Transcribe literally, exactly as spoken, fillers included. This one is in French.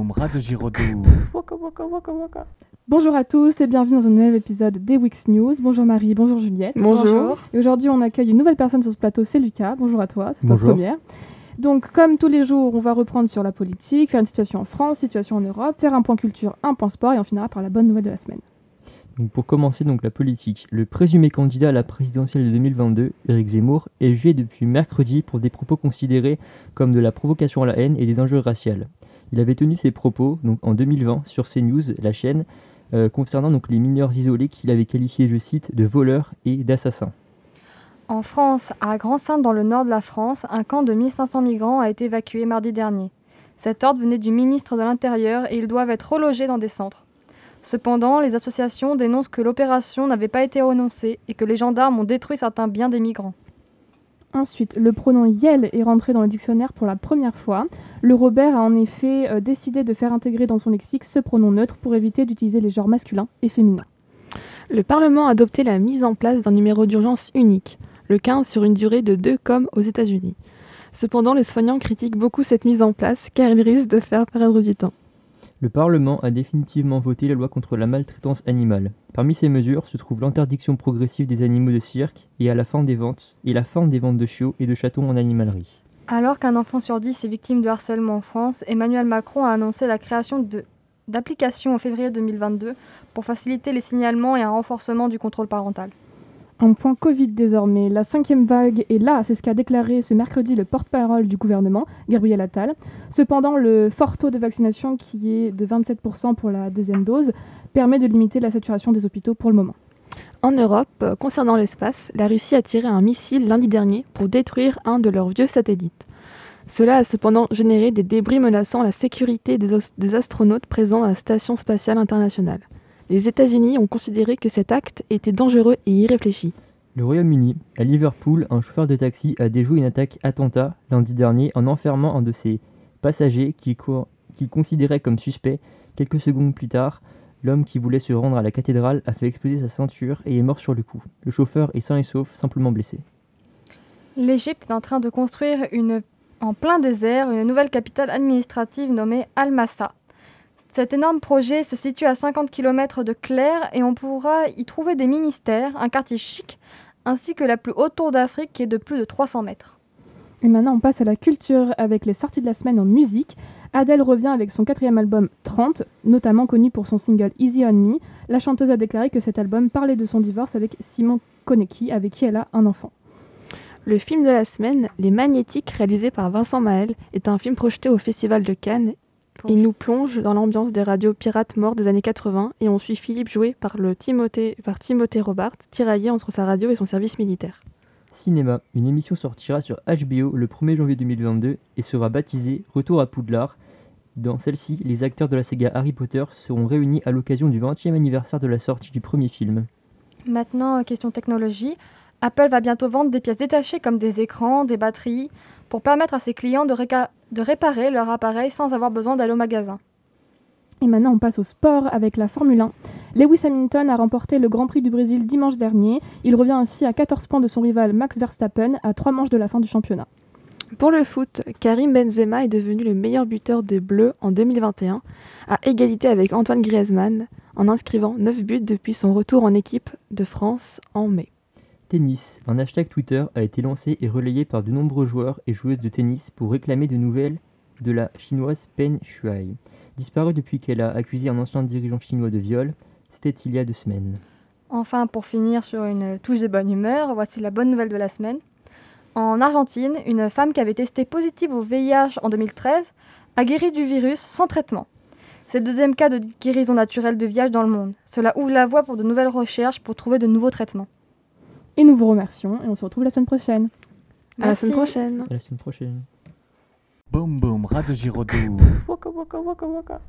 boum, Radio Giraudoux. Waka waka waka waka. Bonjour à tous et bienvenue dans un nouvel épisode des Wix News. Bonjour Marie, bonjour Juliette. Bonjour. bonjour. Et aujourd'hui, on accueille une nouvelle personne sur ce plateau, c'est Lucas. Bonjour à toi, c'est ta Bonjour. première. Donc, comme tous les jours, on va reprendre sur la politique, faire une situation en France, situation en Europe, faire un point culture, un point sport et on finira par la bonne nouvelle de la semaine. Donc pour commencer, donc la politique. Le présumé candidat à la présidentielle de deux mille vingt-deux, Éric Zemmour, est jugé depuis mercredi pour des propos considérés comme de la provocation à la haine et des injures raciales. Il avait tenu ces propos donc, en deux mille vingt sur CNews, la chaîne, euh, concernant donc, les mineurs isolés qu'il avait qualifiés, je cite, de voleurs et d'assassins. En France, à Grand-Sainte, dans le nord de la France, un camp de mille cinq cents migrants a été évacué mardi dernier. Cet ordre venait du ministre de l'Intérieur et ils doivent être relogés dans des centres. Cependant, les associations dénoncent que l'opération n'avait pas été renoncée et que les gendarmes ont détruit certains biens des migrants. Ensuite, le pronom Yel est rentré dans le dictionnaire pour la première fois. Le Robert a en effet euh, décidé de faire intégrer dans son lexique ce pronom neutre pour éviter d'utiliser les genres masculins et féminins. Le Parlement a adopté la mise en place d'un numéro d'urgence unique, le quinze sur une durée de deux comme aux États-Unis. Cependant, les soignants critiquent beaucoup cette mise en place car il risque de faire perdre du temps. Le Parlement a définitivement voté la loi contre la maltraitance animale. Parmi ces mesures se trouve l'interdiction progressive des animaux de cirque et, à la fin des ventes, et la fin des ventes de chiots et de chatons en animalerie. Alors qu'un enfant sur dix est victime de harcèlement en France, Emmanuel Macron a annoncé la création de, d'applications en février deux mille vingt-deux pour faciliter les signalements et un renforcement du contrôle parental. Un point Covid désormais, la cinquième vague est là, c'est ce qu'a déclaré ce mercredi le porte-parole du gouvernement, Gabriel Attal. Cependant, le fort taux de vaccination, qui est de vingt-sept pour cent pour la deuxième dose, permet de limiter la saturation des hôpitaux pour le moment. En Europe, euh, concernant l'espace, la Russie a tiré un missile lundi dernier pour détruire un de leurs vieux satellites. Cela a cependant généré des débris menaçant la sécurité des, os- des astronautes présents à la Station spatiale internationale. Les États-Unis ont considéré que cet acte était dangereux et irréfléchi. Le Royaume-Uni, à Liverpool, un chauffeur de taxi a déjoué une attaque attentat lundi dernier en enfermant un de ses passagers qu'il, co- qu'il considérait comme suspect. Quelques secondes plus tard, l'homme qui voulait se rendre à la cathédrale a fait exploser sa ceinture et est mort sur le coup. Le chauffeur est sain et sauf, simplement blessé. L'Égypte est en train de construire une, en plein désert une nouvelle capitale administrative nommée Al-Massa. Cet énorme projet se situe à cinquante kilomètres de Caire et on pourra y trouver des ministères, un quartier chic, ainsi que la plus haute tour d'Afrique qui est de plus de trois cents mètres. Et maintenant, on passe à la culture avec les sorties de la semaine en musique. Adele revient avec son quatrième album trente, notamment connu pour son single Easy on Me. La chanteuse a déclaré que cet album parlait de son divorce avec Simon Konecki, avec qui elle a un enfant. Le film de la semaine, Les Magnétiques, réalisé par Vincent Maël, est un film projeté au Festival de Cannes. Il nous plonge dans l'ambiance des radios pirates morts des années quatre-vingts et on suit Philippe joué par, le Timothée, par Timothée Robart, tiraillé entre sa radio et son service militaire. Cinéma, une émission sortira sur H B O le premier janvier deux mille vingt-deux et sera baptisée Retour à Poudlard. Dans celle-ci, les acteurs de la saga Harry Potter seront réunis à l'occasion du vingtième anniversaire de la sortie du premier film. Maintenant, question technologie. Apple va bientôt vendre des pièces détachées comme des écrans, des batteries, pour permettre à ses clients de, réca- de réparer leur appareil sans avoir besoin d'aller au magasin. Et maintenant, on passe au sport avec la Formule un. Lewis Hamilton a remporté le Grand Prix du Brésil dimanche dernier. Il revient ainsi à quatorze points de son rival Max Verstappen, à trois manches de la fin du championnat. Pour le foot, Karim Benzema est devenu le meilleur buteur des Bleus en deux mille vingt et un, à égalité avec Antoine Griezmann, en inscrivant neuf buts depuis son retour en équipe de France en mai. Tennis, un hashtag Twitter a été lancé et relayé par de nombreux joueurs et joueuses de tennis pour réclamer de nouvelles de la chinoise Peng Shuai. Disparue depuis qu'elle a accusé un ancien dirigeant chinois de viol, c'était il y a deux semaines. Enfin, pour finir sur une touche de bonne humeur, voici la bonne nouvelle de la semaine. En Argentine, une femme qui avait testé positive au V I H en deux mille treize a guéri du virus sans traitement. C'est le deuxième cas de guérison naturelle de V I H dans le monde. Cela ouvre la voie pour de nouvelles recherches pour trouver de nouveaux traitements. Et nous vous remercions et on se retrouve la semaine prochaine. À la Merci. semaine prochaine. À la semaine prochaine. Boum boum, Radio Giraudoux. Waka waka waka waka.